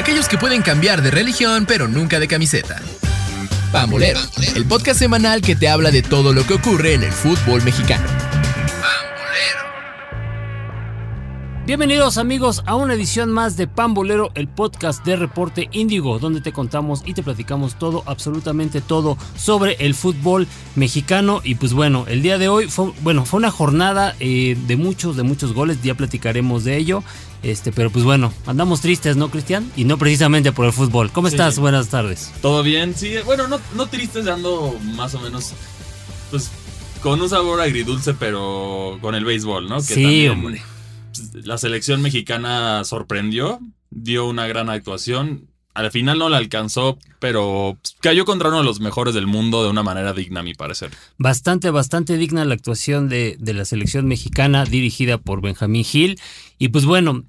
aquellos que pueden cambiar de religión pero nunca de camiseta. Pambolero, el podcast semanal que te habla de todo lo que ocurre en el fútbol mexicano. Bienvenidos amigos a una edición más de Pambolero, el podcast de Reporte Índigo, donde te contamos y te platicamos todo, absolutamente todo sobre el fútbol mexicano. Y pues bueno, el día de hoy fue una jornada de muchos goles, ya platicaremos de ello. Pero pues bueno, andamos tristes, ¿no, Cristian? Y no precisamente por el fútbol. ¿Cómo estás? Buenas tardes. ¿Todo bien? Sí, bueno, no tristes, ando más o menos, pues, con un sabor agridulce, pero con el béisbol, ¿no? Que sí, también, hombre. La selección mexicana sorprendió, dio una gran actuación. Al final no la alcanzó, pero cayó contra uno de los mejores del mundo de una manera digna, a mi parecer. Bastante digna la actuación de la selección mexicana dirigida por Benjamín Gil. Y pues bueno,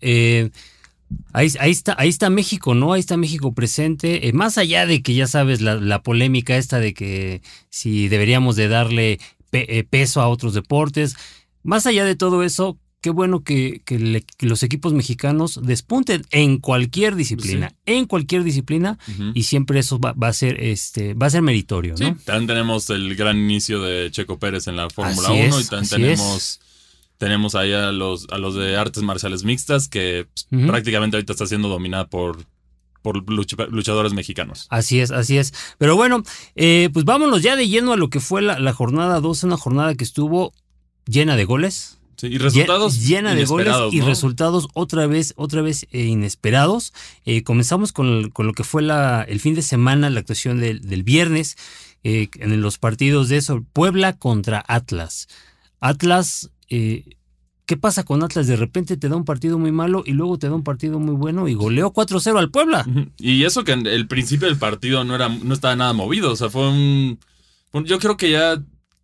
ahí está México, ¿no? Ahí está México presente. Más allá de que ya sabes la polémica esta de que si deberíamos de darle peso a otros deportes. Más allá de todo eso, qué bueno que los equipos mexicanos despunten en cualquier disciplina, Uh-huh. Y siempre eso va a ser meritorio, ¿no? Sí, también tenemos el gran inicio de Checo Pérez en la Fórmula 1 y también tenemos ahí a los de artes marciales mixtas que Uh-huh. prácticamente ahorita está siendo dominada por luchadores mexicanos. Así es. Pero bueno, pues vámonos ya de lleno a lo que fue la jornada 2, una jornada que estuvo llena de goles. Sí, y resultados llena de goles, ¿no? Y resultados otra vez inesperados. Comenzamos con lo que fue el fin de semana, la actuación del viernes, en los partidos de eso, Puebla contra Atlas. Atlas, ¿qué pasa con Atlas? De repente te da un partido muy malo y luego te da un partido muy bueno y goleó 4-0 al Puebla. Y eso que el principio del partido no estaba nada movido, o sea, yo creo que ya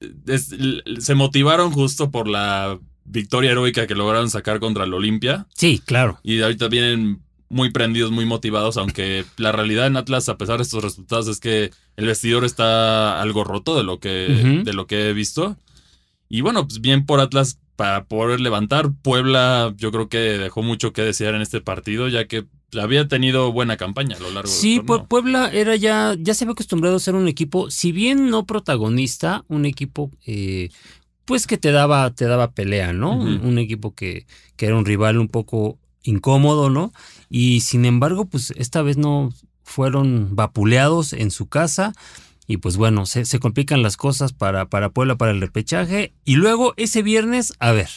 se motivaron justo por la victoria heroica que lograron sacar contra el Olimpia. Sí, claro. Y ahorita vienen muy prendidos, muy motivados, aunque la realidad en Atlas, a pesar de estos resultados, es que el vestidor está algo roto de lo que he visto. Y bueno, pues bien por Atlas para poder levantar. Puebla yo creo que dejó mucho que desear en este partido, ya que había tenido buena campaña a lo largo del torneo. Puebla era ya se había acostumbrado a ser un equipo, si bien no protagonista, un equipo pues que te daba pelea, ¿no? Uh-huh. Un equipo que era un rival un poco incómodo, ¿no? Y sin embargo, pues esta vez no fueron vapuleados en su casa. Y pues bueno, se complican las cosas para Puebla, para el repechaje. Y luego ese viernes, a ver,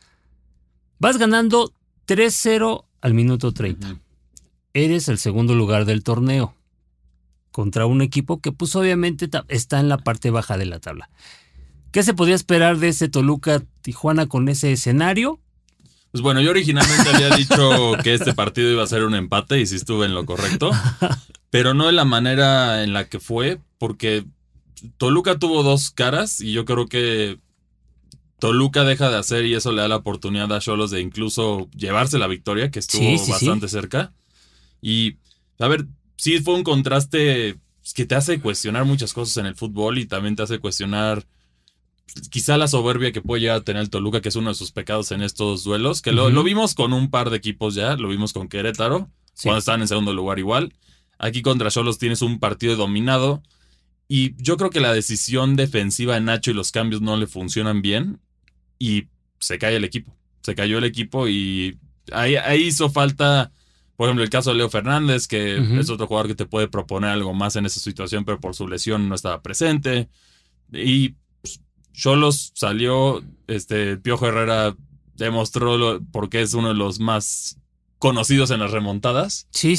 vas ganando 3-0 al minuto 30. Uh-huh. Eres el segundo lugar del torneo contra un equipo que pues obviamente está en la parte baja de la tabla. ¿Qué se podía esperar de ese Toluca-Tijuana con ese escenario? Pues bueno, yo originalmente había dicho que este partido iba a ser un empate y sí estuve en lo correcto, pero no de la manera en la que fue, porque Toluca tuvo dos caras y yo creo que Toluca deja de hacer y eso le da la oportunidad a Xolos de incluso llevarse la victoria, que estuvo bastante cerca. Y, a ver, sí fue un contraste que te hace cuestionar muchas cosas en el fútbol y también te hace cuestionar quizá la soberbia que puede llegar a tener el Toluca, que es uno de sus pecados en estos duelos, que lo vimos con un par de equipos ya, lo vimos con Querétaro, cuando estaban en segundo lugar igual. Aquí contra Xolos tienes un partido dominado y yo creo que la decisión defensiva de Nacho y los cambios no le funcionan bien y se cae el equipo. Se cayó el equipo y ahí hizo falta, por ejemplo, el caso de Leo Fernández, que es otro jugador que te puede proponer algo más en esa situación, pero por su lesión no estaba presente. Y Xolos salió, Piojo Herrera demostró por qué es uno de los más conocidos en las remontadas. Sí.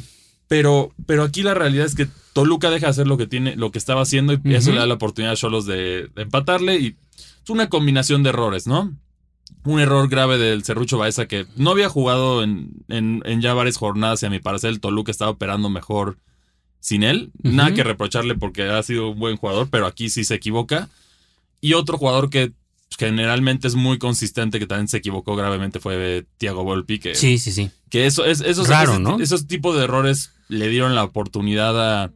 Pero aquí la realidad es que Toluca deja de hacer lo que estaba haciendo y eso le da la oportunidad a Xolos de empatarle y es una combinación de errores, ¿no? Un error grave del Serrucho Baeza que no había jugado en ya varias jornadas y a mi parecer el Toluca estaba operando mejor sin él. Nada que reprocharle porque ha sido un buen jugador, pero aquí sí se equivoca. Y otro jugador que generalmente es muy consistente, que también se equivocó gravemente, fue Thiago Volpi. Sí. Que esos raro, ¿no? Esos tipos de errores le dieron la oportunidad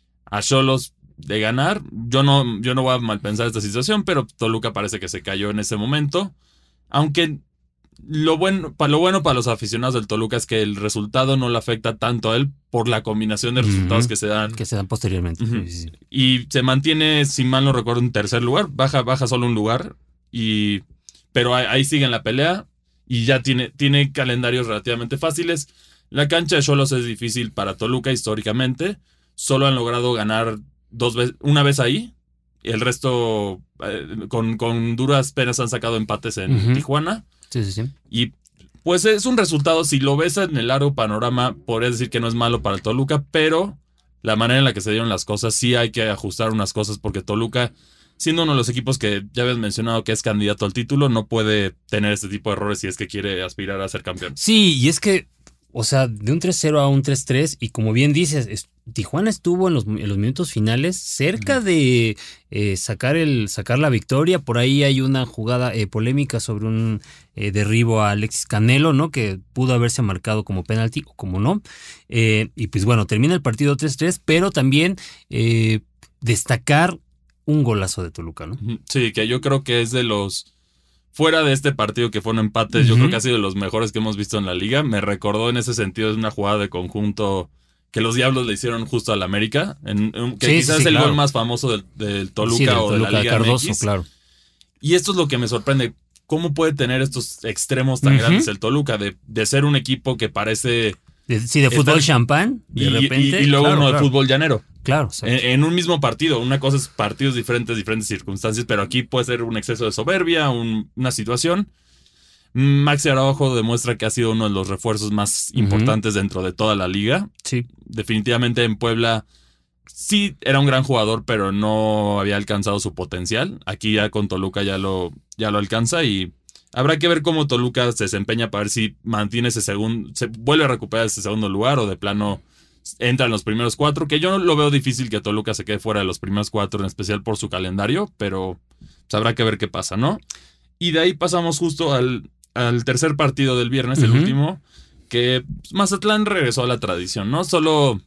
a Xolos de ganar. Yo no voy a malpensar esta situación, pero Toluca parece que se cayó en ese momento. Aunque Lo bueno para los aficionados del Toluca es que el resultado no le afecta tanto a él por la combinación de resultados que se dan. Que se dan posteriormente. Sí. Y se mantiene, si mal no recuerdo, en tercer lugar. Baja solo un lugar. Pero ahí sigue en la pelea. Y ya tiene calendarios relativamente fáciles. La cancha de Xolos es difícil para Toluca históricamente. Solo han logrado ganar una vez ahí. El resto, con duras penas, han sacado empates en Tijuana. Sí. Y pues es un resultado, si lo ves en el largo panorama, podrías decir que no es malo para el Toluca, pero la manera en la que se dieron las cosas, sí hay que ajustar unas cosas, porque Toluca, siendo uno de los equipos que ya habías mencionado que es candidato al título, no puede tener este tipo de errores si es que quiere aspirar a ser campeón. Sí, y es que, o sea, de un 3-0 a un 3-3, y como bien dices, Tijuana estuvo en los minutos finales cerca de sacar la victoria. Por ahí hay una jugada polémica sobre un derribo a Alexis Canelo, ¿no? Que pudo haberse marcado como penalti o como no. Y pues bueno, termina el partido 3-3, pero también destacar un golazo de Toluca, ¿no? Sí, que yo creo que es de los... Fuera de este partido que fueron empates, yo creo que ha sido de los mejores que hemos visto en la liga. Me recordó en ese sentido, es una jugada de conjunto que los Diablos le hicieron justo al América, quizás es el gol más famoso del Toluca o de la Liga Cardoso, MX. claro. Y esto es lo que me sorprende. ¿Cómo puede tener estos extremos tan grandes el Toluca? De ser un equipo que parece... de fútbol champán, de repente. Y luego claro, de fútbol llanero. Claro. En un mismo partido. Una cosa es partidos diferentes circunstancias, pero aquí puede ser un exceso de soberbia, una situación. Maxi Araujo demuestra que ha sido uno de los refuerzos más importantes dentro de toda la liga. Sí. Definitivamente en Puebla sí era un gran jugador, pero no había alcanzado su potencial. Aquí ya con Toluca ya lo alcanza y habrá que ver cómo Toluca se desempeña para ver si mantiene se vuelve a recuperar ese segundo lugar o de plano entra en los primeros 4, que yo no lo veo difícil que Toluca se quede fuera de los primeros 4, en especial por su calendario, pero pues, habrá que ver qué pasa, ¿no? Y de ahí pasamos justo al tercer partido del viernes, el último, que Mazatlán regresó a la tradición, ¿no? Solo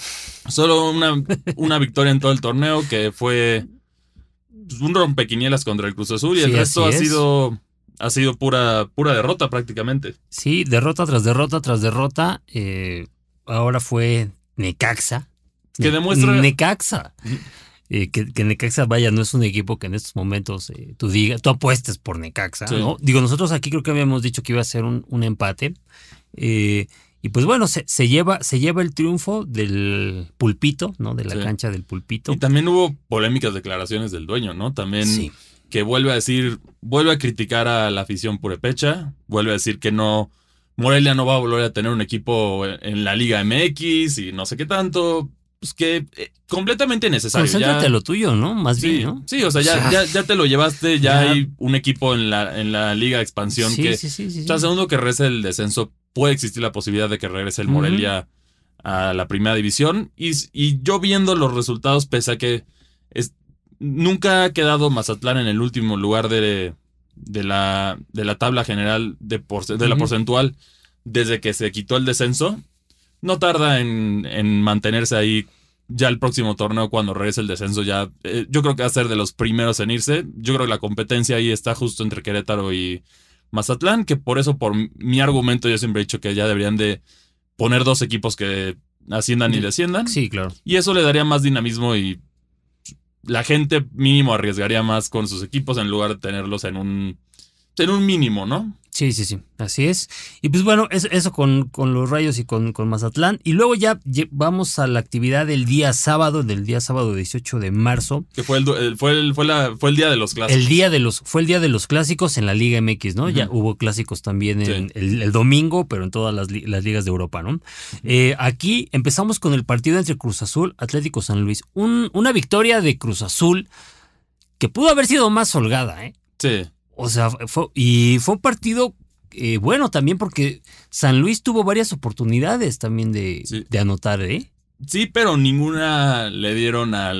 una victoria en todo el torneo, que fue un rompequinielas contra el Cruz Azul, y el resto ha sido pura derrota prácticamente. Sí, derrota tras derrota tras derrota. Ahora fue Necaxa. Que demuestra... Necaxa. Que Necaxa, vaya, no es un equipo que en estos momentos tú apuestes por Necaxa, sí. ¿No? Digo, nosotros aquí creo que habíamos dicho que iba a ser un empate. Y pues bueno, se lleva el triunfo del Pulpito, ¿no? De la cancha del Pulpito. Y también hubo polémicas declaraciones del dueño, ¿no? También que vuelve a criticar a la afición purepecha, vuelve a decir que Morelia no va a volver a tener un equipo en la Liga MX y no sé qué tanto. Pues que completamente necesario. Concéntrate lo tuyo, ¿no? Más bien, ¿no? Sí, o sea, ya te lo llevaste, ya hay un equipo en la Liga de Expansión que... O sea, segundo que regrese el descenso, puede existir la posibilidad de que regrese el Morelia a la primera división. Y yo viendo los resultados, pese a que nunca ha quedado Mazatlán en el último lugar de la tabla general de la porcentual desde que se quitó el descenso, no tarda en mantenerse ahí ya el próximo torneo cuando regrese el descenso. Ya yo creo que va a ser de los primeros en irse. Yo creo que la competencia ahí está justo entre Querétaro y Mazatlán, que por eso, por mi argumento, yo siempre he dicho que ya deberían de poner 2 equipos que asciendan y desciendan. Sí, claro. Y eso le daría más dinamismo y la gente mínimo arriesgaría más con sus equipos en lugar de tenerlos en un mínimo, ¿no? Sí, así es. Y pues bueno, eso con los Rayos y con Mazatlán. Y luego ya vamos a la actividad del día sábado 18 de marzo. Que fue el día de los clásicos. Fue el día de los clásicos en la Liga MX, ¿no? Ya hubo clásicos también el domingo, pero en todas las ligas de Europa, ¿no? Aquí empezamos con el partido entre Cruz Azul, Atlético San Luis. Una victoria de Cruz Azul que pudo haber sido más holgada, ¿eh? Sí. O sea, fue un partido bueno también porque San Luis tuvo varias oportunidades también de anotar, ¿eh? Sí, pero ninguna le dieron a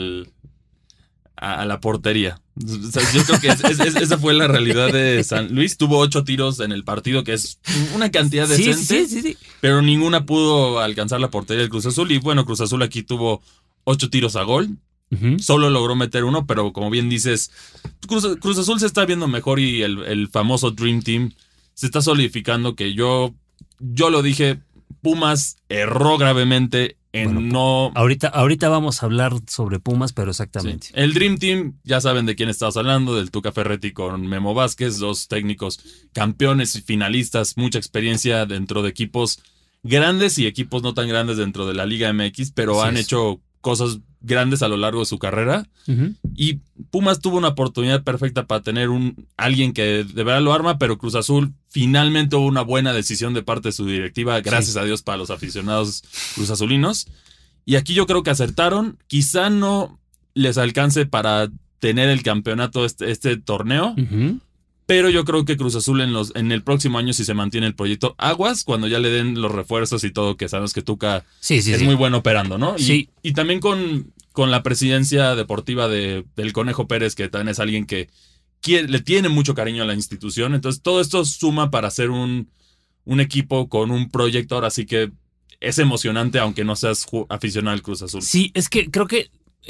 la portería. O sea, yo creo que esa fue la realidad de San Luis. Tuvo 8 tiros en el partido, que es una cantidad decente, sí. Pero ninguna pudo alcanzar la portería del Cruz Azul. Y bueno, Cruz Azul aquí tuvo 8 tiros a gol. Solo logró meter 1, pero como bien dices, Cruz Azul se está viendo mejor y el famoso Dream Team se está solidificando que yo lo dije, Pumas erró gravemente en no... Ahorita vamos a hablar sobre Pumas, pero exactamente. Sí. El Dream Team, ya saben de quién estamos hablando, del Tuca Ferretti con Memo Vázquez, 2 técnicos campeones y finalistas, mucha experiencia dentro de equipos grandes y equipos no tan grandes dentro de la Liga MX, pero han hecho cosas grandes a lo largo de su carrera. Uh-huh. Y Pumas tuvo una oportunidad perfecta para tener alguien que de verdad lo arma, pero Cruz Azul finalmente hubo una buena decisión de parte de su directiva, gracias a Dios para los aficionados cruzazulinos. Y aquí yo creo que acertaron. Quizá no les alcance para tener el campeonato este torneo, uh-huh, pero yo creo que Cruz Azul en el próximo año, si se mantiene el proyecto, aguas cuando ya le den los refuerzos y todo, que sabemos que Tuca es muy bueno operando, ¿no? Y también con la presidencia deportiva del Conejo Pérez, que también es alguien que le tiene mucho cariño a la institución. Entonces todo esto suma para hacer un equipo con un proyecto ahora sí que es emocionante, aunque no seas aficionado al Cruz Azul. Sí, es que creo que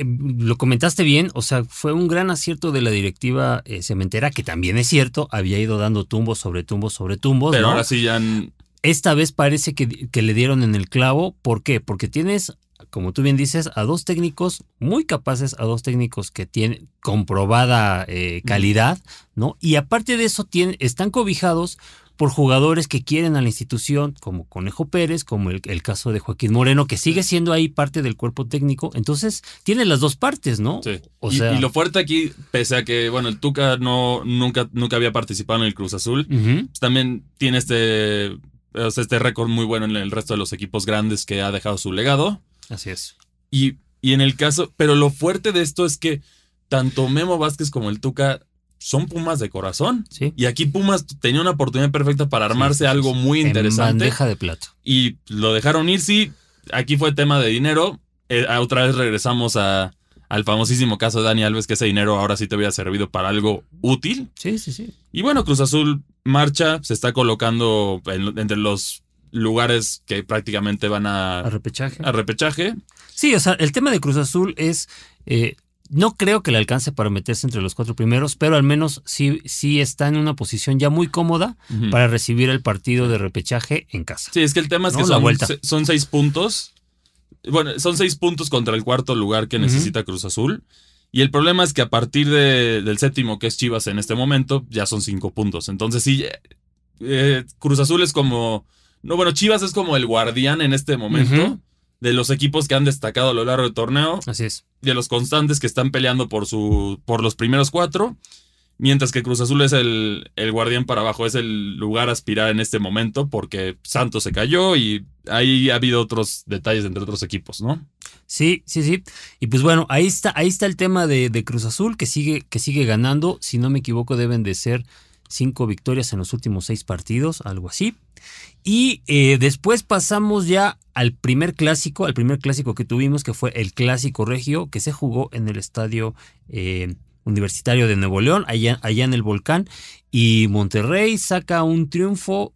lo comentaste bien, o sea, fue un gran acierto de la directiva cementera, que también es cierto, había ido dando tumbos sobre tumbos sobre tumbos. Pero ¿no? ahora sí ya... Esta vez parece que le dieron en el clavo. ¿Por qué? Porque tienes, como tú bien dices, a 2 técnicos muy capaces, a 2 técnicos que tienen comprobada calidad, ¿no? Y aparte de eso están cobijados por jugadores que quieren a la institución, como Conejo Pérez, como el caso de Joaquín Moreno, que sigue siendo ahí parte del cuerpo técnico. Entonces, tiene las 2 partes, ¿no? Sí. Y lo fuerte aquí, pese a que, bueno, el Tuca nunca había participado en el Cruz Azul, uh-huh, pues también tiene este récord muy bueno en el resto de los equipos grandes que ha dejado su legado. Así es. Y en el caso, pero lo fuerte de esto es que tanto Memo Vázquez como el Tuca son Pumas de corazón. Sí. Y aquí Pumas tenía una oportunidad perfecta para armarse algo muy interesante. En bandeja de plato. Y lo dejaron ir, sí. Aquí fue tema de dinero. Otra vez regresamos al famosísimo caso de Dani Alves, que ese dinero ahora sí te había servido para algo útil. Sí. Y bueno, Cruz Azul marcha, se está colocando entre los lugares que prácticamente van a repechaje. Sí, o sea, el tema de Cruz Azul es... no creo que le alcance para meterse entre los 4 primeros, pero al menos sí está en una posición ya muy cómoda, uh-huh, para recibir el partido de repechaje en casa. Sí, es que el tema es que son 6 puntos. Bueno, son 6 puntos contra el 4º lugar que necesita, uh-huh, Cruz Azul. Y el problema es que a partir del 7º, que es Chivas en este momento, ya son 5 puntos. Entonces sí, Cruz Azul es como... No, bueno, Chivas es como el guardián en este momento, uh-huh, de los equipos que han destacado a lo largo del torneo. Así es. De los constantes que están peleando por los primeros 4, mientras que Cruz Azul es el guardián para abajo, es el lugar a aspirar en este momento, porque Santos se cayó y ahí ha habido otros detalles entre otros equipos, ¿no? Sí. Y pues bueno, ahí está el tema de Cruz Azul, que sigue ganando. Si no me equivoco, deben de ser 5 victorias en los últimos 6 partidos, algo así. Y después pasamos ya al primer clásico que tuvimos, que fue el Clásico Regio, que se jugó en el Estadio Universitario de Nuevo León, allá en el Volcán. Y Monterrey saca un triunfo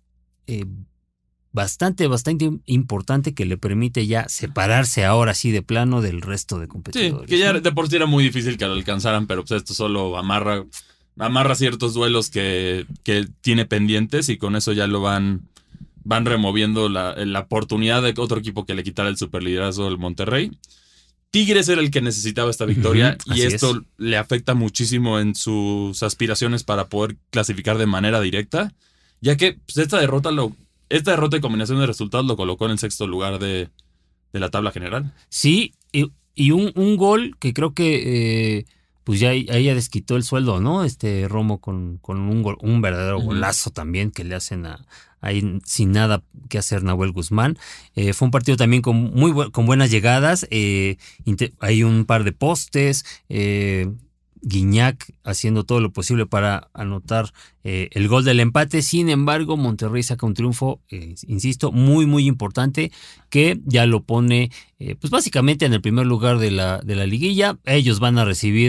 bastante importante, que le permite ya separarse ahora sí de plano del resto de competidores. Sí, que ya de por sí era muy difícil que lo alcanzaran, pero pues esto solo amarra ciertos duelos que tiene pendientes, y con eso ya lo van removiendo la oportunidad de otro equipo que le quitara el superliderazgo del Monterrey. Tigres era el que necesitaba esta victoria, uh-huh, y esto le afecta muchísimo en sus aspiraciones para poder clasificar de manera directa, ya que pues, esta derrota y combinación de resultados lo colocó en el 6º lugar de la tabla general. Sí, y un gol que creo que pues ya ahí ya desquitó el sueldo, ¿no? Romo con un verdadero, uh-huh, golazo también que le hacen ahí sin nada que hacer Nahuel Guzmán. Fue un partido también con buenas llegadas. Hay un par de postes. Guiñac haciendo todo lo posible para anotar el gol del empate. Sin embargo, Monterrey saca un triunfo, insisto, muy importante, que ya lo pone pues básicamente en el primer lugar de la liguilla. Ellos van a recibir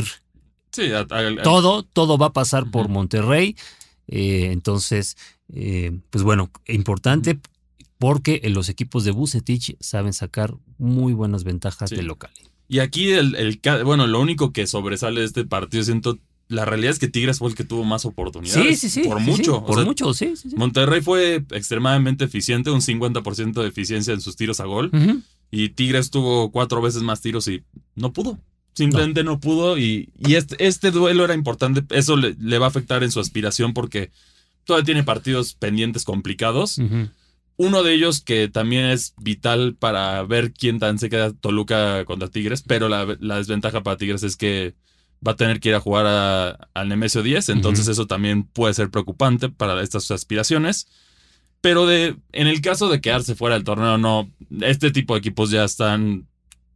todo va a pasar, uh-huh, por Monterrey. Entonces, pues bueno, importante, porque los equipos de Vucetich saben sacar muy buenas ventajas, sí, de local. Y aquí, lo único que sobresale de este partido, siento, la realidad es que Tigres fue el que tuvo más oportunidades. Sí. Por mucho. Sí, por mucho, sí. Monterrey fue extremadamente eficiente, un 50% de eficiencia en sus tiros a gol. Uh-huh. Y Tigres tuvo 4 veces más tiros y no pudo. Simplemente no pudo. Y este duelo era importante. Eso le va a afectar en su aspiración porque todavía tiene partidos pendientes complicados. Uh-huh. Uno de ellos que también es vital para ver quién tan se queda Toluca contra Tigres, pero la desventaja para Tigres es que va a tener que ir a jugar al Nemesio 10, entonces eso también puede ser preocupante para estas aspiraciones. Pero en el caso de quedarse fuera del torneo, no, este tipo de equipos ya están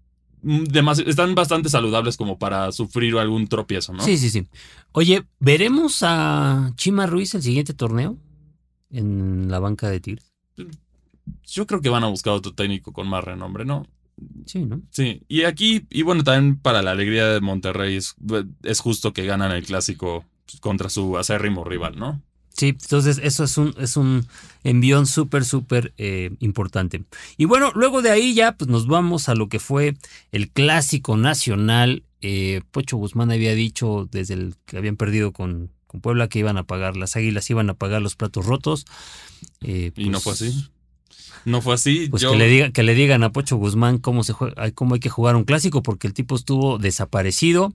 bastante saludables como para sufrir algún tropiezo, ¿no? Sí. Oye, ¿veremos a Chima Ruiz el siguiente torneo en la banca de Tigres? Yo creo que van a buscar otro técnico con más renombre, ¿no? Sí, ¿no? Sí, y bueno, también para la alegría de Monterrey es justo que ganan el clásico contra su acérrimo rival, ¿no? Sí, entonces eso es un envión súper importante. Y bueno, luego de ahí ya pues nos vamos a lo que fue el clásico nacional. Pocho Guzmán había dicho desde el que habían perdido con Puebla que iban a pagar, las Águilas iban a pagar los platos rotos. Y no fue así. No fue así. Pues que le digan a Pocho Guzmán cómo hay que jugar un clásico, porque el tipo estuvo desaparecido.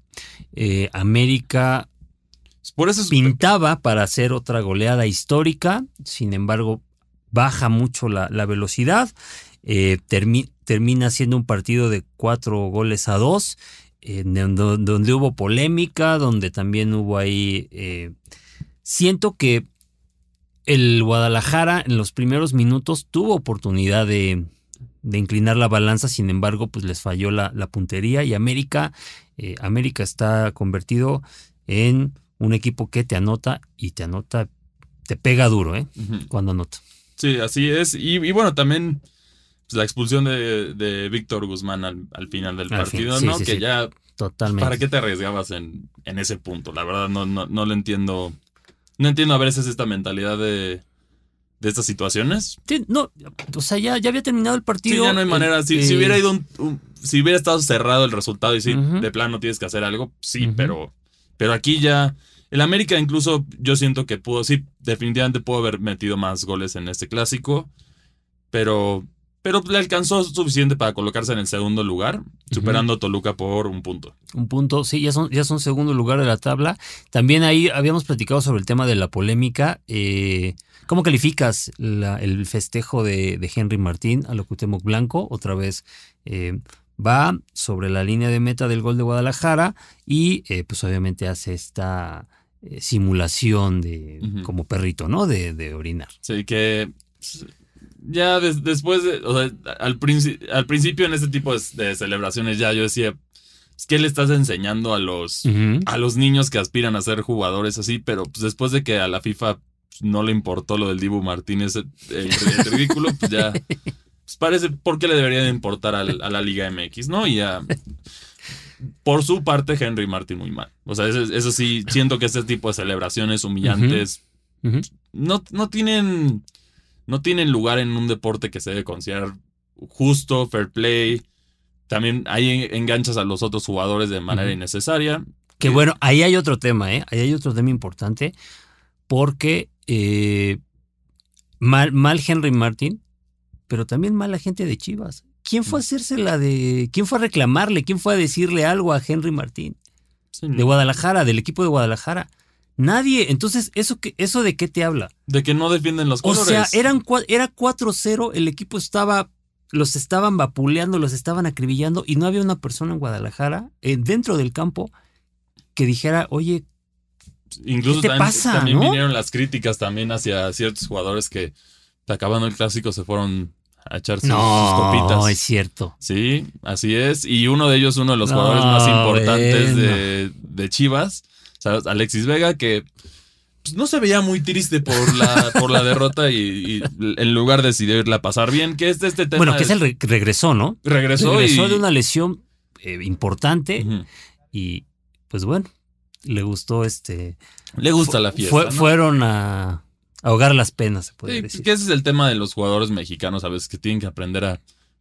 América por eso pintaba para hacer otra goleada histórica, sin embargo baja mucho la velocidad. Termina siendo un partido de 4-2, donde hubo polémica, donde también hubo ahí... siento que el Guadalajara en los primeros minutos tuvo oportunidad de inclinar la balanza, sin embargo, pues les falló la puntería, y América está convertido en un equipo que te anota, te pega duro, uh-huh. Cuando anota. Sí, así es. Y bueno, también pues, la expulsión de Víctor Guzmán al final del partido, ¿no? Que ya... Totalmente. ¿Para qué te arriesgabas en ese punto? La verdad, no lo entiendo. No entiendo a veces esta mentalidad de estas situaciones. Sí, no, o sea, ya había terminado el partido. Sí, ya no hay manera. Si hubiera ido si hubiera estado cerrado el resultado y de plano tienes que hacer algo, sí, pero aquí ya el América incluso yo siento que definitivamente pudo haber metido más goles en este clásico, pero le alcanzó suficiente para colocarse en el segundo lugar, superando a Toluca por un punto. Un punto, sí, ya son segundo lugar de la tabla. También ahí habíamos platicado sobre el tema de la polémica. ¿Cómo calificas el festejo de Henry Martín a lo Cuauhtémoc Blanco? Otra vez va sobre la línea de meta del gol de Guadalajara y pues obviamente hace esta simulación de como perrito, ¿no? De orinar. Sí, que... Ya después o sea, al principio en este tipo de celebraciones ya yo decía, ¿qué le estás enseñando a los niños que aspiran a ser jugadores así? Pero pues después de que a la FIFA no le importó lo del Dibu Martínez, el ridículo, pues ya pues parece por qué le debería de importar a la Liga MX, ¿no? Y por su parte Henry Martín muy mal. O sea, eso sí, siento que este tipo de celebraciones humillantes no tienen lugar en un deporte que se debe considerar justo, fair play. También ahí enganchas a los otros jugadores de manera innecesaria. Que bueno, ahí hay otro tema, Ahí hay otro tema importante, porque mal Henry Martín, pero también mal la gente de Chivas. ¿Quién fue a quién fue a reclamarle? ¿Quién fue a decirle algo a Henry Martín? Sí, de Guadalajara, del equipo de Guadalajara. Nadie. Entonces, ¿eso de qué te habla? De que no defienden los colores. O sea, era 4-0, el equipo los estaban vapuleando, los estaban acribillando, y no había una persona en Guadalajara, dentro del campo, que dijera, oye, incluso ¿qué te pasa? También ¿no? vinieron las críticas también hacia ciertos jugadores que, acabando el clásico, se fueron a echar sus copitas. No, es cierto. Sí, así es. Y uno de ellos, uno de los jugadores más importantes de Chivas, ¿sabes? Alexis Vega, que pues, no se veía muy triste por la derrota y en lugar decidió irla a pasar bien, que este tema... Bueno, que regresó, ¿no? Regresó de una lesión importante y pues bueno, le gustó Le gusta la fiesta, ¿no? Fueron a ahogar las penas, se puede decir. Que ese es el tema de los jugadores mexicanos a veces, que tienen que aprender a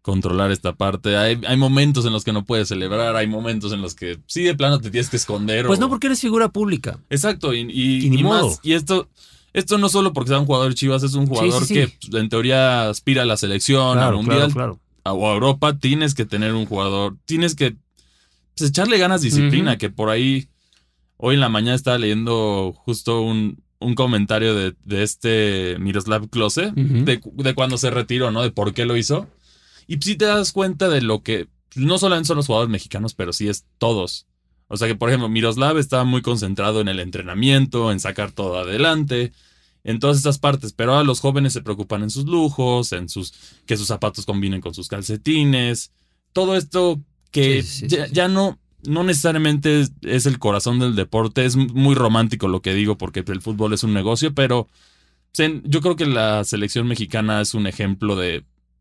controlar esta parte. Hay momentos en los que no puedes celebrar, hay momentos en los que sí de plano te tienes que esconder. Pues no, porque eres figura pública. Exacto, y ni modo. más. Y esto no solo porque sea un jugador de Chivas, es un jugador que en teoría aspira a la selección, al Mundial, o a Europa. Tienes que tener un jugador, tienes que pues, echarle ganas, disciplina, que por ahí, hoy en la mañana estaba leyendo justo un comentario de este Miroslav Klose, de cuando se retiró, ¿no? De por qué lo hizo. Y sí te das cuenta de lo que, no solamente son los jugadores mexicanos, pero sí es todos. O sea que, por ejemplo, Miroslav estaba muy concentrado en el entrenamiento, en sacar todo adelante, en todas estas partes. Pero ahora los jóvenes se preocupan en sus lujos, que sus zapatos combinen con sus calcetines. Todo esto que ya no necesariamente es el corazón del deporte. Es muy romántico lo que digo porque el fútbol es un negocio, pero yo creo que la selección mexicana es un ejemplo de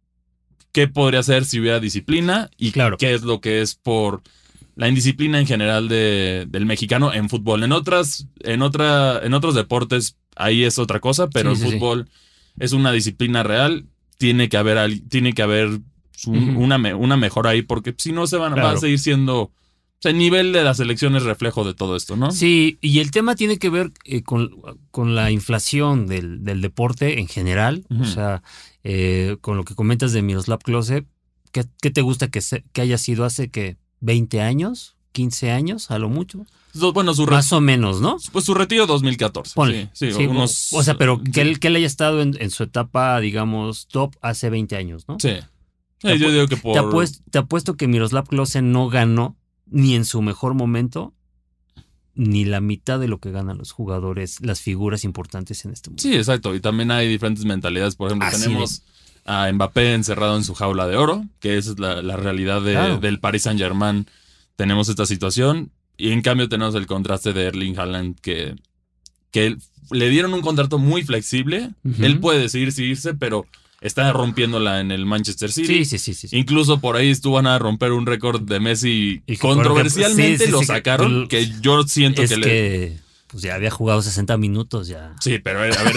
qué podría ser si hubiera disciplina y qué es lo que es por la indisciplina en general del mexicano en fútbol. En otros deportes ahí es otra cosa, pero el fútbol es una disciplina real. Tiene que haber una mejora ahí, porque si no va a seguir siendo... O sea, el nivel de la selección es reflejo de todo esto, ¿no? Sí, y el tema tiene que ver con la inflación del deporte en general. O sea, con lo que comentas de Miroslav Klose, ¿qué te gusta que haya sido hace que 20 años, 15 años, a lo mucho? Bueno, más o menos, ¿no? Pues su retiro 2014. Ponle. Sí, o sea, pero que él haya estado en su etapa, digamos, top hace 20 años, ¿no? Sí. Yo digo que te apuesto que Miroslav Klose no ganó ni en su mejor momento ni la mitad de lo que ganan los jugadores, las figuras importantes en este mundo. Sí, exacto. Y también hay diferentes mentalidades. Por ejemplo, tenemos a Mbappé encerrado en su jaula de oro, que esa es la realidad del Paris Saint-Germain. Tenemos esta situación. Y en cambio tenemos el contraste de Erling Haaland, que le dieron un contrato muy flexible. Él puede decidir si irse, pero está rompiéndola en el Manchester City. Sí. Incluso por ahí van a romper un récord de Messi y controversialmente lo sacaron, que yo siento que pues ya había jugado 60 minutos ya. Sí, pero a ver,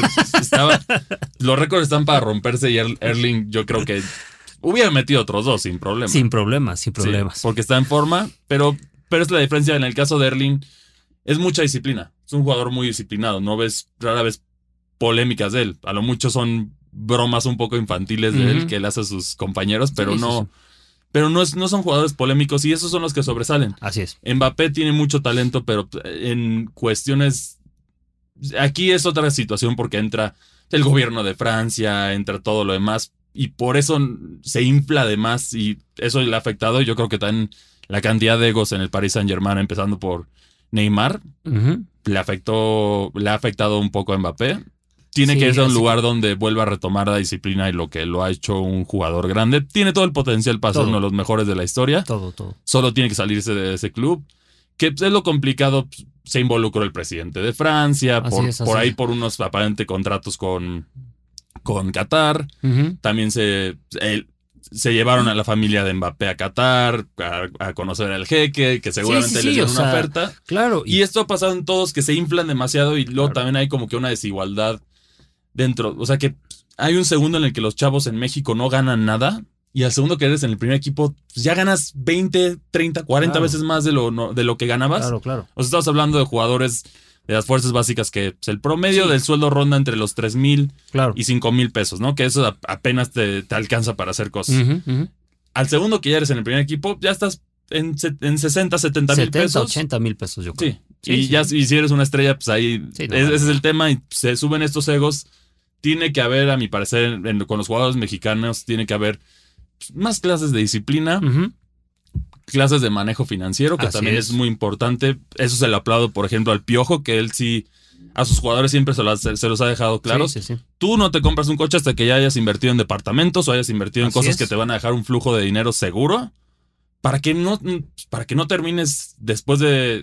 los récords están para romperse y Erling yo creo que hubiera metido otros 2 sin problema. Sin problemas. Sí, porque está en forma, pero es la diferencia en el caso de Erling, es mucha disciplina. Es un jugador muy disciplinado, no ves rara vez polémicas de él. A lo mucho son bromas un poco infantiles de él que él hace a sus compañeros, pero pero no son jugadores polémicos y esos son los que sobresalen. Así es. Mbappé tiene mucho talento, pero en cuestiones... Aquí es otra situación porque entra el gobierno de Francia, entra todo lo demás y por eso se infla de más y eso le ha afectado. Yo creo que también la cantidad de egos en el Paris Saint-Germain, empezando por Neymar, le ha afectado un poco a Mbappé. Tiene que irse a un lugar donde vuelva a retomar la disciplina y lo que lo ha hecho un jugador grande. Tiene todo el potencial para ser uno de los mejores de la historia. Todo. Solo tiene que salirse de ese club. Que es lo complicado. Se involucró el presidente de Francia. Por ahí por unos aparentes contratos con Qatar. También se llevaron a la familia de Mbappé a Qatar a conocer al jeque, que seguramente les dieron una oferta. Claro. Y esto ha pasado en todos, que se inflan demasiado y luego también hay como que una desigualdad dentro. O sea que hay un segundo en el que los chavos en México no ganan nada y al segundo que eres en el primer equipo pues ya ganas 20, 30, 40 veces más de lo que ganabas. Claro. O sea, estamos hablando de jugadores de las fuerzas básicas que pues, el promedio del sueldo ronda entre los 3,000 y 5,000 pesos, ¿no? Que eso apenas te alcanza para hacer cosas. Al segundo que ya eres en el primer equipo, ya estás en 60, 70 mil pesos. 80 mil pesos, yo creo. Y si eres una estrella, pues ahí ese es el tema y se suben estos egos. Tiene que haber, a mi parecer, con los jugadores mexicanos, tiene que haber pues, más clases de disciplina, clases de manejo financiero, que también es muy importante. Eso se lo aplaudo, por ejemplo, al Piojo, que él sí a sus jugadores siempre se los ha dejado claros. Sí. Tú no te compras un coche hasta que ya hayas invertido en departamentos o hayas invertido en cosas que te van a dejar un flujo de dinero seguro para que no termines después de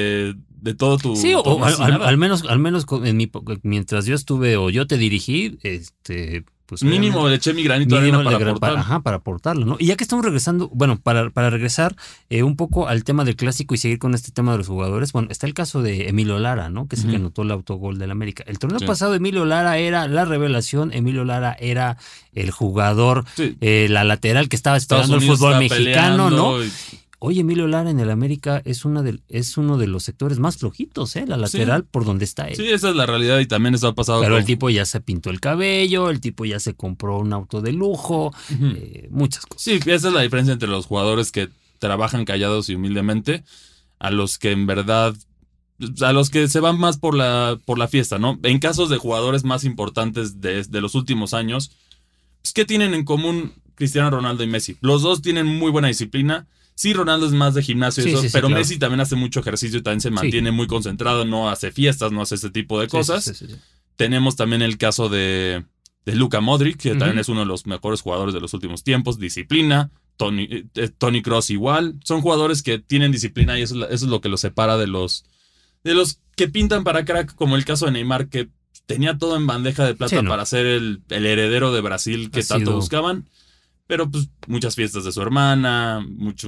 todo tu... Sí, o al menos mientras yo estuve o yo te dirigí, pues mínimo le eché mi granito de arena para aportar. Para aportarlo, ¿no? Y ya que estamos regresando, bueno, para regresar un poco al tema del clásico y seguir con este tema de los jugadores, bueno, está el caso de Emilio Lara, ¿no? Que es el que anotó el autogol del América. El torneo pasado, Emilio Lara era la revelación, Emilio Lara era el jugador, la lateral que estaba esperando el fútbol mexicano, ¿no? Oye, Emilio Lara en el América es uno de los sectores más flojitos, la lateral por donde está él. Sí, esa es la realidad y también eso ha pasado. Pero el tipo ya se pintó el cabello, el tipo ya se compró un auto de lujo, muchas cosas. Sí, esa es la diferencia entre los jugadores que trabajan callados y humildemente a los que en verdad, a los que se van más por la fiesta, ¿no? En casos de jugadores más importantes de los últimos años, pues, ¿qué tienen en común Cristiano Ronaldo y Messi? Los dos tienen muy buena disciplina. Sí, Ronaldo es más de gimnasio y eso, pero claro. Messi también hace mucho ejercicio y también se mantiene muy concentrado, no hace fiestas, no hace ese tipo de cosas. Sí. Tenemos también el caso de Luka Modric, que también es uno de los mejores jugadores de los últimos tiempos, disciplina. Toni Kroos igual. Son jugadores que tienen disciplina y eso es lo que los separa de los que pintan para crack, como el caso de Neymar, que tenía todo en bandeja de plata para ser el heredero de Brasil que tanto buscaban. Pero pues muchas fiestas de su hermana,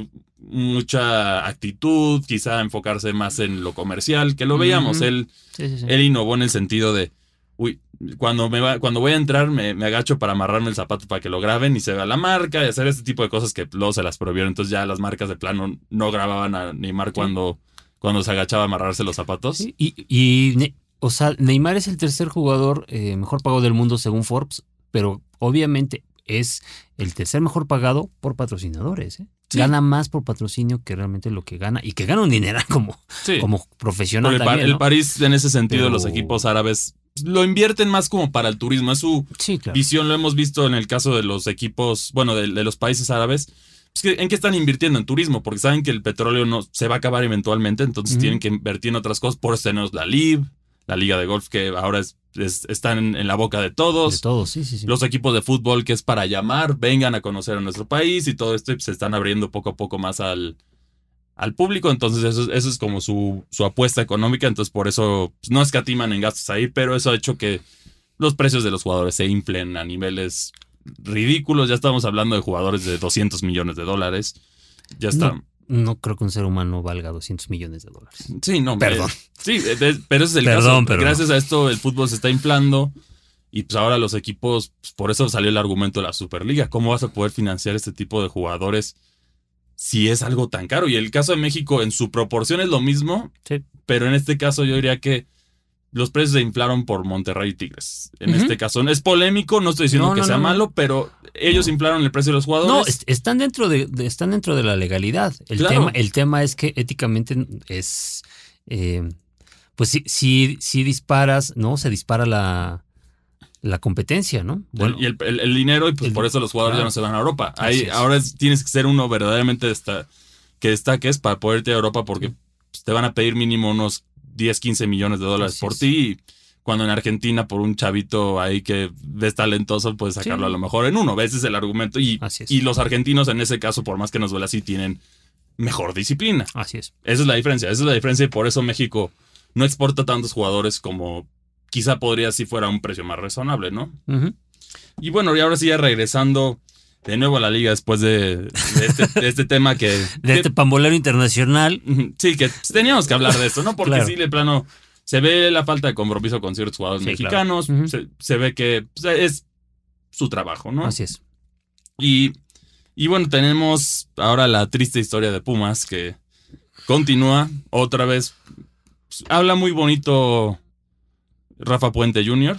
mucha actitud, quizá enfocarse más en lo comercial, que lo veíamos. Él innovó en el sentido de, cuando voy a entrar me agacho para amarrarme el zapato para que lo graben y se vea la marca y hacer este tipo de cosas que luego se las prohibieron. Entonces ya las marcas de plano no grababan a Neymar cuando se agachaba a amarrarse los zapatos. Sí, o sea, Neymar es el tercer jugador mejor pagado del mundo según Forbes, pero obviamente es el tercer mejor pagado por patrocinadores. Sí. Gana más por patrocinio que realmente lo que gana. Y que gana un dinero como profesional también, ¿no? El París, en ese sentido, los equipos árabes lo invierten más como para el turismo. Es su visión, lo hemos visto en el caso de los equipos, bueno, de los países árabes. ¿En qué están invirtiendo? En turismo, porque saben que el petróleo no se va a acabar eventualmente, entonces tienen que invertir en otras cosas. Por eso tenemos la LIV, la liga de golf, que ahora están en la boca de todos. De todos, sí. Los equipos de fútbol, que es para llamar, vengan a conocer a nuestro país y todo esto, y se están abriendo poco a poco más al público. Entonces eso es como su apuesta económica. Entonces por eso no escatiman en gastos ahí, pero eso ha hecho que los precios de los jugadores se inflen a niveles ridículos. Ya estamos hablando de jugadores de $200 millones. Ya está. No creo que un ser humano valga $200 millones. Sí, no. Perdón. Sí, pero ese es el caso. Gracias a esto el fútbol se está inflando y pues ahora los equipos, pues por eso salió el argumento de la Superliga. ¿Cómo vas a poder financiar este tipo de jugadores si es algo tan caro? Y el caso de México en su proporción es lo mismo, pero en este caso yo diría que los precios se inflaron por Monterrey y Tigres. En este caso es polémico, no estoy diciendo que sea malo, pero ellos inflaron el precio de los jugadores. No, están dentro de la legalidad. El tema es que éticamente es, pues si disparas, ¿no? Se dispara la competencia, ¿no? Bueno, y el dinero, y pues por eso los jugadores ya no se van a Europa. Ahora tienes que ser uno verdaderamente que destaques para poder irte a Europa, porque pues, te van a pedir mínimo unos 10, 15 millones de dólares por ti. Y cuando en Argentina, por un chavito ahí que ves talentoso, puedes sacarlo a lo mejor en uno. Ese es el argumento. Y los argentinos, en ese caso, por más que nos duele así, tienen mejor disciplina. Así es. Esa es la diferencia. Y por eso México no exporta tantos jugadores como quizá podría si fuera un precio más razonable, ¿no? Y bueno, y ahora sí, ya regresando de nuevo a la liga después de este tema que... de este pambolero internacional. Sí, que teníamos que hablar de esto, ¿no? Porque sí, de plano, se ve la falta de compromiso con ciertos jugadores mexicanos. Se ve que es su trabajo, ¿no? Así es. Y bueno, tenemos ahora la triste historia de Pumas, que continúa otra vez. Pues, habla muy bonito Rafa Puente Jr.,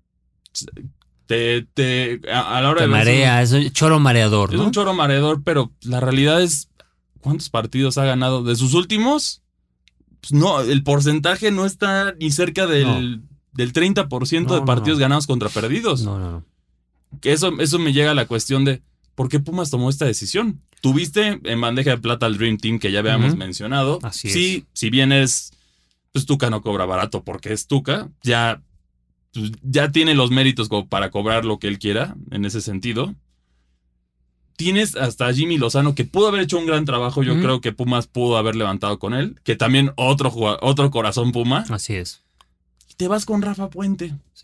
a la hora de marea, es un choro mareador, ¿no? Es un choro mareador, pero la realidad es, ¿cuántos partidos ha ganado? De sus últimos, pues no, el porcentaje no está ni cerca del 30% de partidos ganados contra perdidos. No. Que eso me llega a la cuestión de, ¿por qué Pumas tomó esta decisión? Tuviste en bandeja de plata al Dream Team, que ya habíamos mencionado. Así es. Si bien pues Tuca no cobra barato porque es Tuca, ya tiene los méritos como para cobrar lo que él quiera, en ese sentido. Tienes hasta Jimmy Lozano, que pudo haber hecho un gran trabajo. Yo creo que Pumas pudo haber levantado con él. Que también otro corazón Puma. Así es. Y te vas con Rafa Puente. Sí.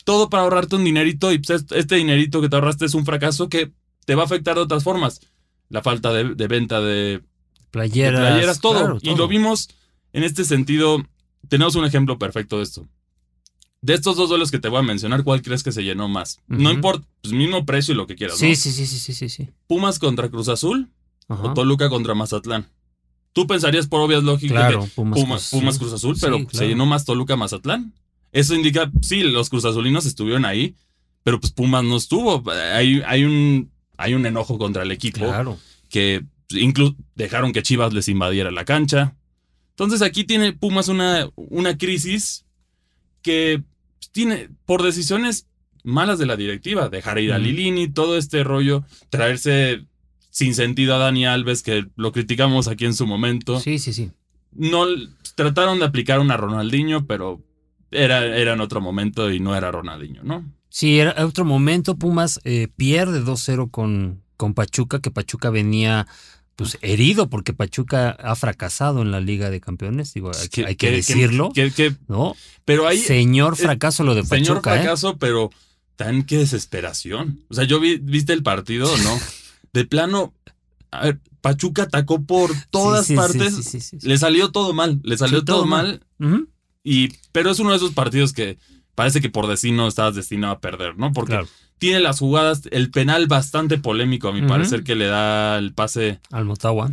todo para ahorrarte un dinerito y pues este dinerito que te ahorraste es un fracaso que te va a afectar de otras formas. La falta de venta de playeras, todo. Claro, Y lo vimos en este sentido. Tenemos un ejemplo perfecto de esto. De estos dos duelos que te voy a mencionar, ¿cuál crees que se llenó más? No importa, pues mismo precio y lo que quieras, ¿no? Sí. Pumas contra Cruz Azul Ajá. o Toluca contra Mazatlán. Tú pensarías por obvias lógicas Claro, que Pumas Cruz Azul, sí, pero claro. se llenó más Toluca Mazatlán. Eso indica, sí, los cruzazulinos estuvieron ahí, pero pues Pumas no estuvo. Hay un enojo contra el equipo Claro. que incluso dejaron que Chivas les invadiera la cancha. Entonces aquí tiene Pumas una crisis que tiene por decisiones malas de la directiva, dejar ir a Lilini, todo este rollo, traerse sin sentido a Dani Alves, que lo criticamos aquí en su momento. Sí. No trataron de aplicar una Ronaldinho, pero era en otro momento y no era Ronaldinho, ¿no? Sí, era otro momento. Pumas pierde 2-0 con Pachuca, que Pachuca venía pues herido porque Pachuca ha fracasado en la Liga de Campeones, digo, hay que decirlo, ¿no? Pero ahí señor fracaso lo de Pachuca. Señor fracaso, pero tan qué desesperación. O sea, ¿viste el partido o no? De plano, a ver, Pachuca atacó por todas partes. Sí. Le salió todo mal, todo mal. Uh-huh. Pero es uno de esos partidos que parece que por destino estabas destinado a perder, ¿no? Porque tiene las jugadas, el penal bastante polémico, a mi parecer, que le da el pase al Motagua.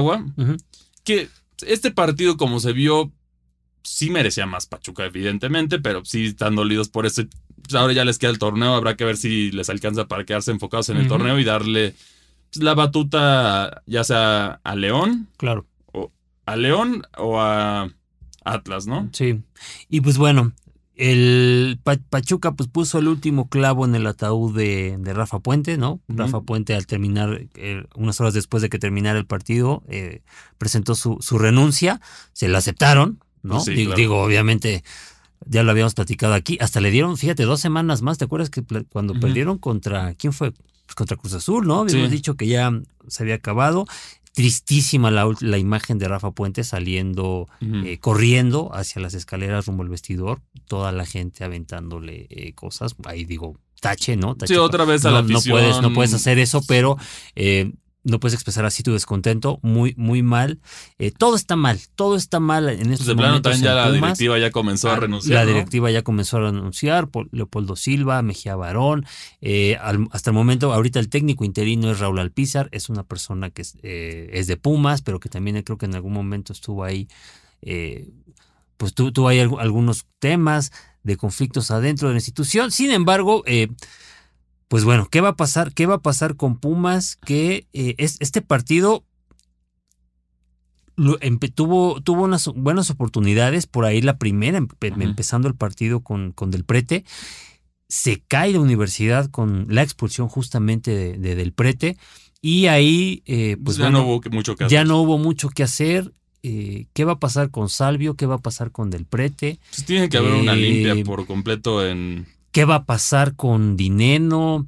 Que este partido, como se vio, sí merecía más Pachuca, evidentemente, pero sí están dolidos por eso. Pues ahora ya les queda el torneo, habrá que ver si les alcanza para quedarse enfocados en el torneo y darle la batuta ya sea a León. Claro. O a León o a Atlas, ¿no? Sí. Y pues bueno, el Pachuca pues puso el último clavo en el ataúd de Rafa Puente, ¿no? Rafa Puente, al terminar, unas horas después de que terminara el partido, presentó su renuncia, se la aceptaron, ¿no? Sí, digo, obviamente, ya lo habíamos platicado aquí, hasta le dieron, fíjate, 2 semanas más. ¿Te acuerdas que cuando perdieron contra, ¿quién fue? Pues contra Cruz Azul, ¿no? Habíamos dicho que ya se había acabado. Tristísima la imagen de Rafa Puente saliendo, corriendo hacia las escaleras rumbo al vestidor, toda la gente aventándole cosas. Ahí digo, tache, ¿no? Tache, sí, otra vez a la afición. No puedes hacer eso, pero no puedes expresar así tu descontento. Muy, muy mal. Todo está mal en estos pues de plano momentos. también ya la Pumas. directiva ya comenzó a renunciar. La directiva ya comenzó a renunciar. Leopoldo Silva, Mejía Barón. Hasta el momento, ahorita el técnico interino es Raúl Alpizar. Es una persona que es de Pumas, pero que también creo que en algún momento estuvo ahí. Pues tuvo ahí algunos temas de conflictos adentro de la institución. Sin embargo, pues bueno, ¿qué va a pasar? ¿Qué va a pasar con Pumas? Que este partido tuvo unas buenas oportunidades. Por ahí la primera, empezando el partido con Del Prete. Se cae la Universidad con la expulsión justamente de Del Prete. Y ahí, pues ya no hubo mucho que hacer. Ya no hubo mucho que hacer. ¿Qué va a pasar con Salvio? ¿Qué va a pasar con Del Prete? Pues tiene que haber una limpia por completo en... ¿Qué va a pasar con Dineno?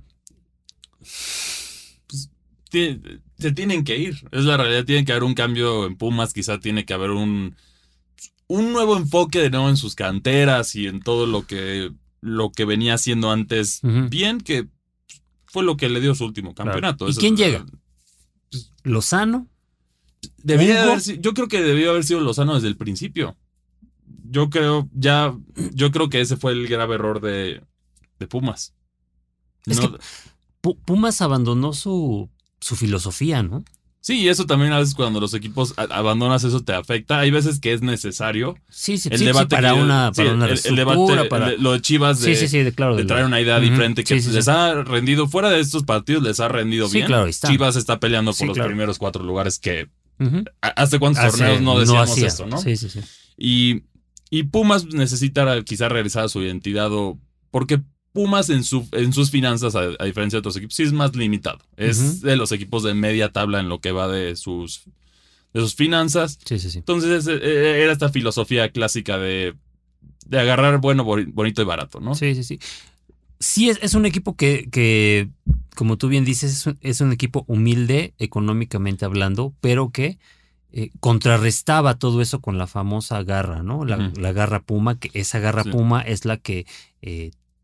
Pues, se tienen que ir. Es la realidad. Tiene que haber un cambio en Pumas. Quizá tiene que haber un nuevo enfoque de nuevo en sus canteras y en todo lo que venía haciendo antes. Bien, que fue lo que le dio su último campeonato. ¿Y quién llega? ¿Lozano? Yo creo que debió haber sido Lozano desde el principio. Yo creo que ese fue el grave error de Pumas. Es que Pumas abandonó su filosofía, ¿no? Sí, y eso también a veces cuando los equipos abandonas eso te afecta. Hay veces que es necesario. Sí, para una reestructura, lo de Chivas de traer una idea diferente que les ha rendido, fuera de estos partidos les ha rendido bien. Claro, está. Chivas está peleando por los primeros 4 lugares que ¿hace cuántos torneos no decíamos esto, no? Sí. Y Pumas necesita quizá regresar a su identidad porque Pumas en sus finanzas, a diferencia de otros equipos, sí es más limitado. Es de los equipos de media tabla en lo que va de sus finanzas. Sí. Entonces era esta filosofía clásica de agarrar bueno, bonito y barato, ¿no? Sí. Sí, es un equipo que, como tú bien dices, es un equipo humilde económicamente hablando, pero que contrarrestaba todo eso con la famosa garra, ¿no? La garra Puma, que esa garra Puma es la que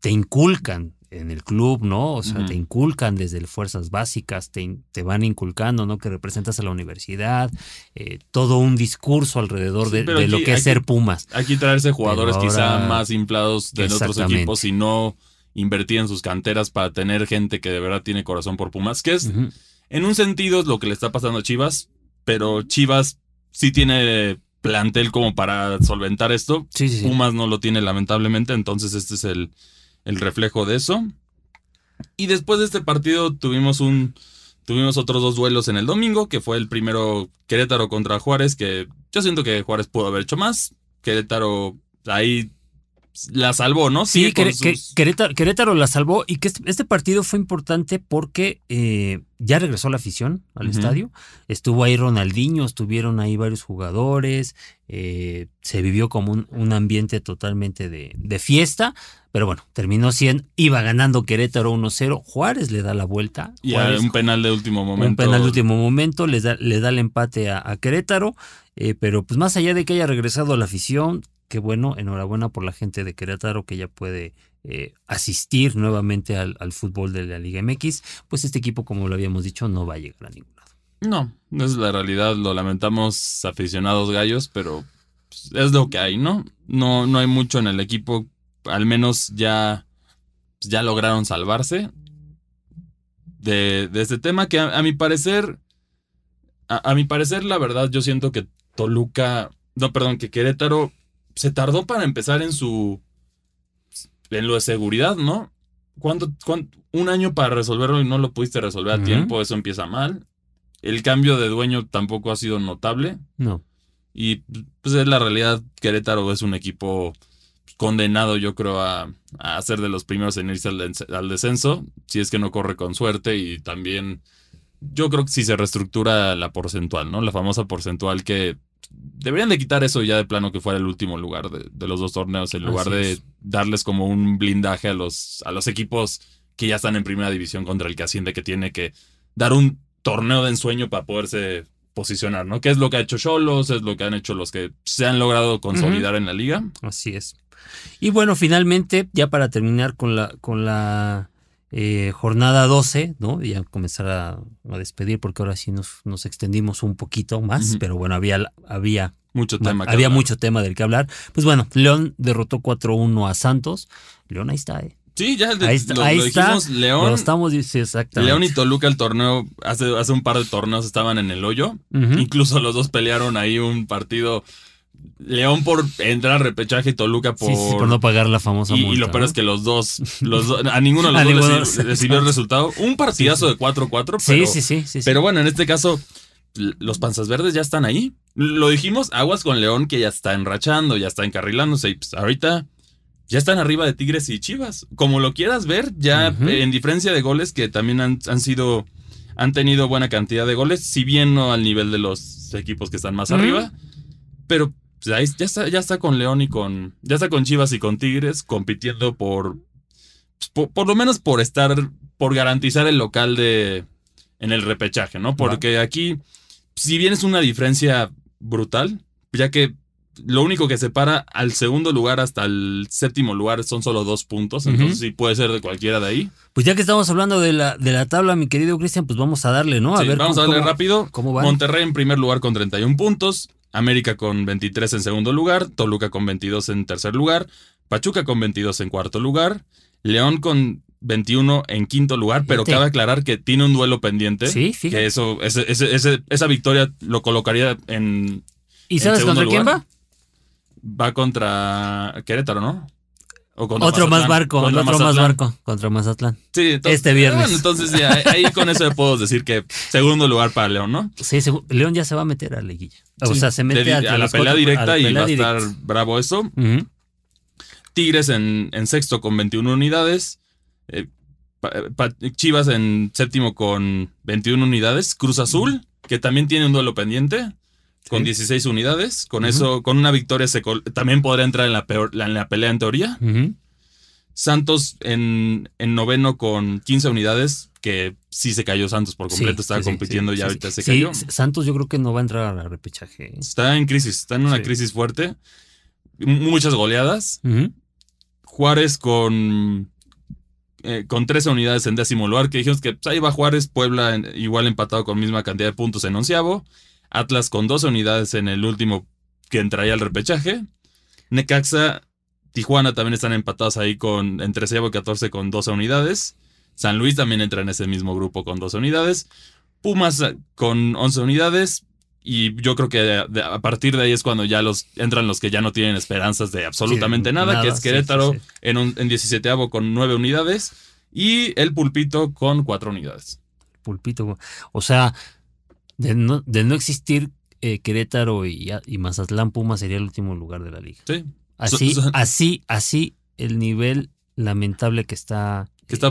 te inculcan en el club, ¿no? O sea, te inculcan desde fuerzas básicas, te van inculcando, ¿no? Que representas a la universidad, todo un discurso alrededor de lo que es ser Pumas. Hay que traerse jugadores quizá más inflados de otros equipos y no invertir en sus canteras para tener gente que de verdad tiene corazón por Pumas, que es, en un sentido, es lo que le está pasando a Chivas, pero Chivas sí tiene plantel como para solventar esto. Sí. Pumas no lo tiene, lamentablemente, entonces este es el reflejo de eso. Y después de este partido tuvimos otros 2 duelos en el domingo, que fue el primero Querétaro contra Juárez, que yo siento que Juárez pudo haber hecho más. Querétaro ahí la salvó, ¿no? Sí, Querétaro la salvó, y que este partido fue importante porque ya regresó la afición al estadio. Estuvo ahí Ronaldinho, estuvieron ahí varios jugadores, se vivió como un ambiente totalmente de fiesta, pero bueno, iba ganando Querétaro 1-0, Juárez le da la vuelta. Y un penal de último momento. Un penal de último momento, le da el empate a Querétaro, pero pues más allá de que haya regresado a la afición, qué bueno, enhorabuena por la gente de Querétaro que ya puede asistir nuevamente al fútbol de la Liga MX. Pues este equipo, como lo habíamos dicho, no va a llegar a ningún lado. No es la realidad, lo lamentamos, aficionados gallos, pero es lo que hay, ¿no? No hay mucho en el equipo, al menos ya lograron salvarse de este tema que a mi parecer, la verdad, yo siento que que Querétaro se tardó para empezar en lo de seguridad, ¿no? Un año para resolverlo y no lo pudiste resolver a tiempo, eso empieza mal. El cambio de dueño tampoco ha sido notable. No. Y pues es la realidad, Querétaro es un equipo condenado, yo creo, a ser de los primeros en irse al descenso, si es que no corre con suerte. Y también yo creo que si se reestructura la porcentual, ¿no? La famosa porcentual, que deberían de quitar eso ya de plano, que fuera el último lugar de los 2 torneos, en lugar de darles como un blindaje a los equipos que ya están en primera división contra el que asciende, que tiene que dar un torneo de ensueño para poderse posicionar, ¿no? Que es lo que ha hecho Xolos, es lo que han hecho los que se han logrado consolidar en la liga. Así es. Y bueno, finalmente, ya para terminar con la jornada 12, ¿no? Ya comenzar a despedir, porque ahora sí nos extendimos un poquito más, pero bueno, había mucho tema mucho tema del que hablar. Pues bueno, León derrotó 4-1 a Santos. León ahí está, Sí, ya ahí está, dijimos, León. Lo estamos diciendo, exactamente. León y Toluca, el torneo, hace un par de torneos estaban en el hoyo. Incluso los dos pelearon ahí un partido. León por entrar al repechaje y Toluca por no pagar la famosa multa. Y lo peor es que los dos a ninguno de los dos recibió el resultado. Un partidazo de 4-4. Sí. Pero bueno, en este caso, los Panzas Verdes ya están ahí. Lo dijimos, aguas con León, que ya está enrachando, ya está encarrilándose. Y pues ahorita ya están arriba de Tigres y Chivas. Como lo quieras ver, ya en diferencia de goles, que también han tenido buena cantidad de goles, si bien no al nivel de los equipos que están más arriba. Pero pues ahí ya está con León ya está con Chivas y con Tigres compitiendo por lo menos por garantizar el local en el repechaje, ¿no? Porque aquí, si bien es una diferencia brutal, ya que lo único que separa al segundo lugar hasta el 7º lugar son solo 2 puntos, entonces sí puede ser de cualquiera de ahí. Pues ya que estamos hablando de la tabla, mi querido Cristian, pues vamos a darle, ¿no? Vamos a darle rápido. ¿Cómo va? Monterrey en primer lugar con 31 puntos, América con 23 en segundo lugar, Toluca con 22 en tercer lugar, Pachuca con 22 en cuarto lugar, León con 21 en quinto lugar, pero cabe aclarar que tiene un duelo pendiente. Sí, fíjate. Que esa victoria lo colocaría en ¿Y sabes contra quién va? Va contra Querétaro, ¿no? O contra otro más barco contra Mazatlán. Sí, entonces, este viernes. Bueno, entonces ya ahí con eso puedo decir que segundo lugar para León, ¿no? Sí, León ya se va a meter a la liguilla. O sea, se mete a la pelea directa y va a estar bravo eso. Tigres en sexto con 21 unidades. Chivas en séptimo con 21 unidades. Cruz Azul, que también tiene un duelo pendiente, con 16 unidades. Con eso, con una victoria también podría entrar en la pelea en teoría. Santos en noveno con 15 unidades, que sí se cayó Santos por completo. Estaba compitiendo y ahorita se cayó. Santos yo creo que no va a entrar a repechaje. Está en crisis, está en una crisis fuerte. Muchas goleadas. Juárez con con 13 unidades en 10º lugar, que dijimos que pues, ahí va Juárez, Puebla igual empatado con misma cantidad de puntos en 11º, Atlas con 12 unidades en el último que entraría al repechaje, Necaxa, Tijuana también están empatados ahí en 13º y 14 con 12 unidades, San Luis también entra en ese mismo grupo con 12 unidades, Pumas con 11 unidades, y yo creo que a partir de ahí es cuando ya entran los que ya no tienen esperanzas de absolutamente nada, que es Querétaro en 17º con 9 unidades y el Pulpito con 4 unidades. Pulpito, o sea, de no existir Querétaro y Mazatlán, Pumas sería el último lugar de la liga. Sí. Así el nivel lamentable que está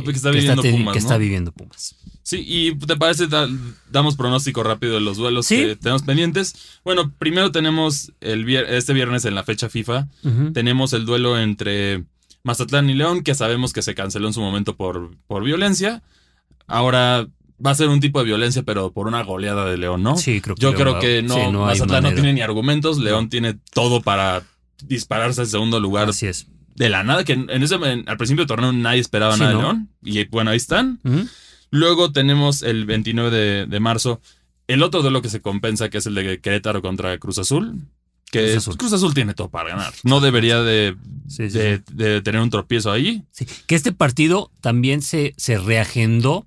viviendo Pumas. Sí, y ¿te parece? Damos pronóstico rápido de los duelos que tenemos pendientes. Bueno, primero tenemos este viernes en la fecha FIFA, tenemos el duelo entre Mazatlán y León, que sabemos que se canceló en su momento por violencia. Ahora va a ser un tipo de violencia, pero por una goleada de León, ¿no? Sí, creo que yo creo que no. Sí, Mazatlán no tiene ni argumentos, León tiene todo para dispararse al segundo lugar. Así es. De la nada, que al principio del torneo nadie esperaba nada de León. Y bueno, ahí están. Luego tenemos el 29 de marzo el otro duelo que se compensa, que es el de Querétaro contra Cruz Azul. Que Cruz Azul tiene todo para ganar. No debería de tener un tropiezo ahí. Sí. Que este partido también se reagendó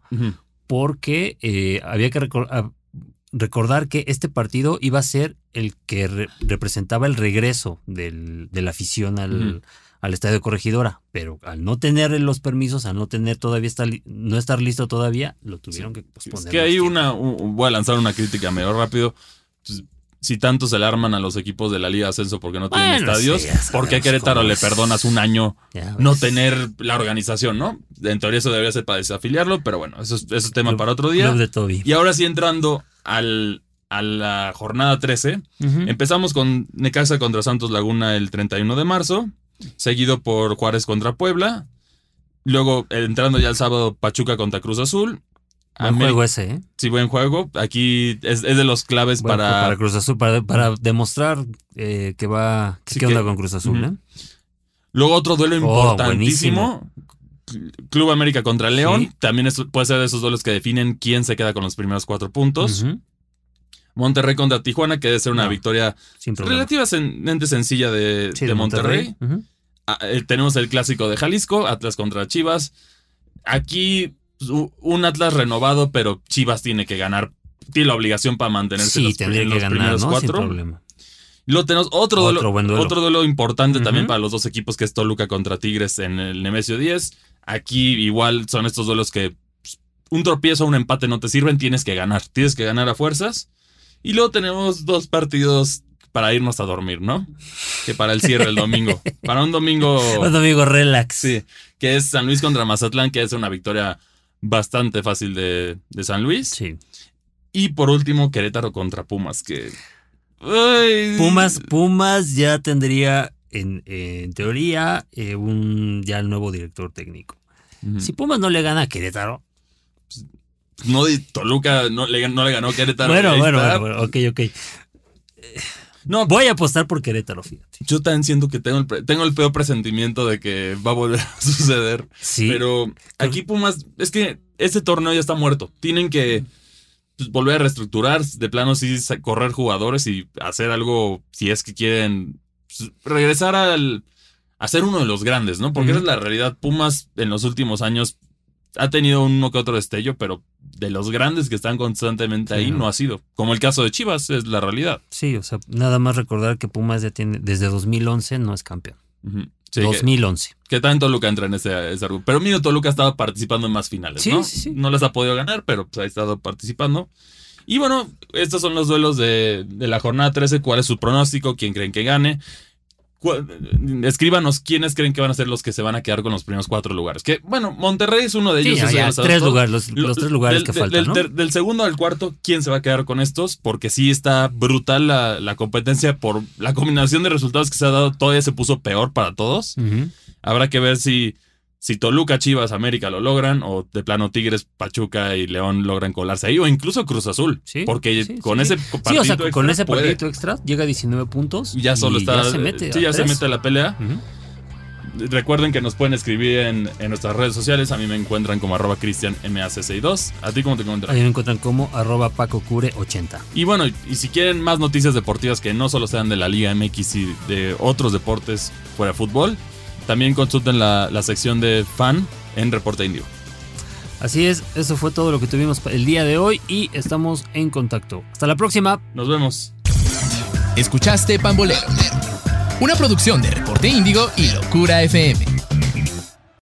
porque había que recordar que este partido iba a ser el que representaba el regreso de la afición al Estadio Corregidora, pero al no tener los permisos, al no tener todavía no estar listo todavía, lo tuvieron que posponer. Es que hay voy a lanzar una crítica medio rápido. Pues, si tanto se le arman a los equipos de la Liga de Ascenso porque no tienen estadios, ¿por qué a Querétaro le perdonas un año no tener la organización, no? En teoría eso debería ser para desafiliarlo, pero bueno, eso es tema para otro día. De Toby. Y ahora sí, entrando a la jornada 13, empezamos con Necaxa contra Santos Laguna el 31 de marzo, seguido por Juárez contra Puebla. Luego, entrando ya el sábado, Pachuca contra Cruz Azul. Buen juego ese, ¿eh? Sí, buen juego. Aquí es de los claves para Cruz Azul, para demostrar que qué onda con Cruz Azul, ¿eh? Luego otro duelo importantísimo. Club América contra León. Sí. También puede ser de esos duelos que definen quién se queda con los primeros 4 puntos. Monterrey contra Tijuana, que debe ser una victoria relativamente sencilla de Monterrey. Tenemos el clásico de Jalisco, Atlas contra Chivas. Aquí un Atlas renovado, pero Chivas tiene que ganar. Tiene la obligación para mantenerse en los primeros 4. Sin problema. Luego tenemos otro duelo importante también para los dos equipos, que es Toluca contra Tigres en el Nemesio 10. Aquí igual son estos duelos que un tropiezo o un empate no te sirven, tienes que ganar. Tienes que ganar a fuerzas. Y luego tenemos 2 partidos para irnos a dormir, ¿no? Que para el cierre el domingo. Para un domingo... Un domingo relax. Sí, que es San Luis contra Mazatlán, que es una victoria bastante fácil de San Luis. Sí. Y por último, Querétaro contra Pumas, que... Pumas ya tendría, en teoría, ya el nuevo director técnico. Si Pumas no le gana a Querétaro... No, Toluca no le ganó a Querétaro. Bueno, ok. No, voy a apostar por Querétaro, fíjate. Yo también siento que tengo el peor presentimiento de que va a volver a suceder. Sí. Pero aquí Pumas, es que este torneo ya está muerto. Tienen que volver a reestructurar, de plano sí correr jugadores y hacer algo, si es que quieren regresar a ser uno de los grandes, ¿no? Porque esa es la realidad. Pumas en los últimos años ha tenido uno que otro destello, pero de los grandes que están constantemente ahí no ha sido. Como el caso de Chivas, es la realidad. Sí, o sea, nada más recordar que Pumas ya tiene, desde 2011 no es campeón. Sí, 2011. Que también Toluca entra en ese argumento. Pero mira, Toluca ha estado participando en más finales, ¿no? Sí. No les ha podido ganar, pero pues ha estado participando. Y bueno, estos son los duelos de la jornada 13. ¿Cuál es su pronóstico? ¿Quién creen que gane? Escríbanos quiénes creen que van a ser los que se van a quedar con los primeros 4 lugares. Que bueno, Monterrey es uno de ellos. Sí, los 3 lugares que faltan, ¿no? Del segundo al cuarto, ¿quién se va a quedar con estos? Porque sí está brutal la competencia por la combinación de resultados que se ha dado. Todavía se puso peor para todos. Habrá que ver si Toluca, Chivas, América lo logran, o de plano Tigres, Pachuca y León logran colarse ahí, o incluso Cruz Azul. Sí, porque ese partidito extra con ese partidito extra llega a 19 puntos. Y ya solo está. Ya se mete. Sí, ya se mete a la pelea. recuerden que nos pueden escribir en nuestras redes sociales. A mí me encuentran como @CristianMac62. ¿A ti cómo te encuentran? A mí me encuentran como @PacoCure80. Y bueno, y si quieren más noticias deportivas que no solo sean de la Liga MX y de otros deportes fuera de fútbol, también consulten la sección de fan en Reporte Índigo. Así es, eso fue todo lo que tuvimos el día de hoy y estamos en contacto. Hasta la próxima. Nos vemos. Escuchaste Pambolero, una producción de Reporte Índigo y Locura FM.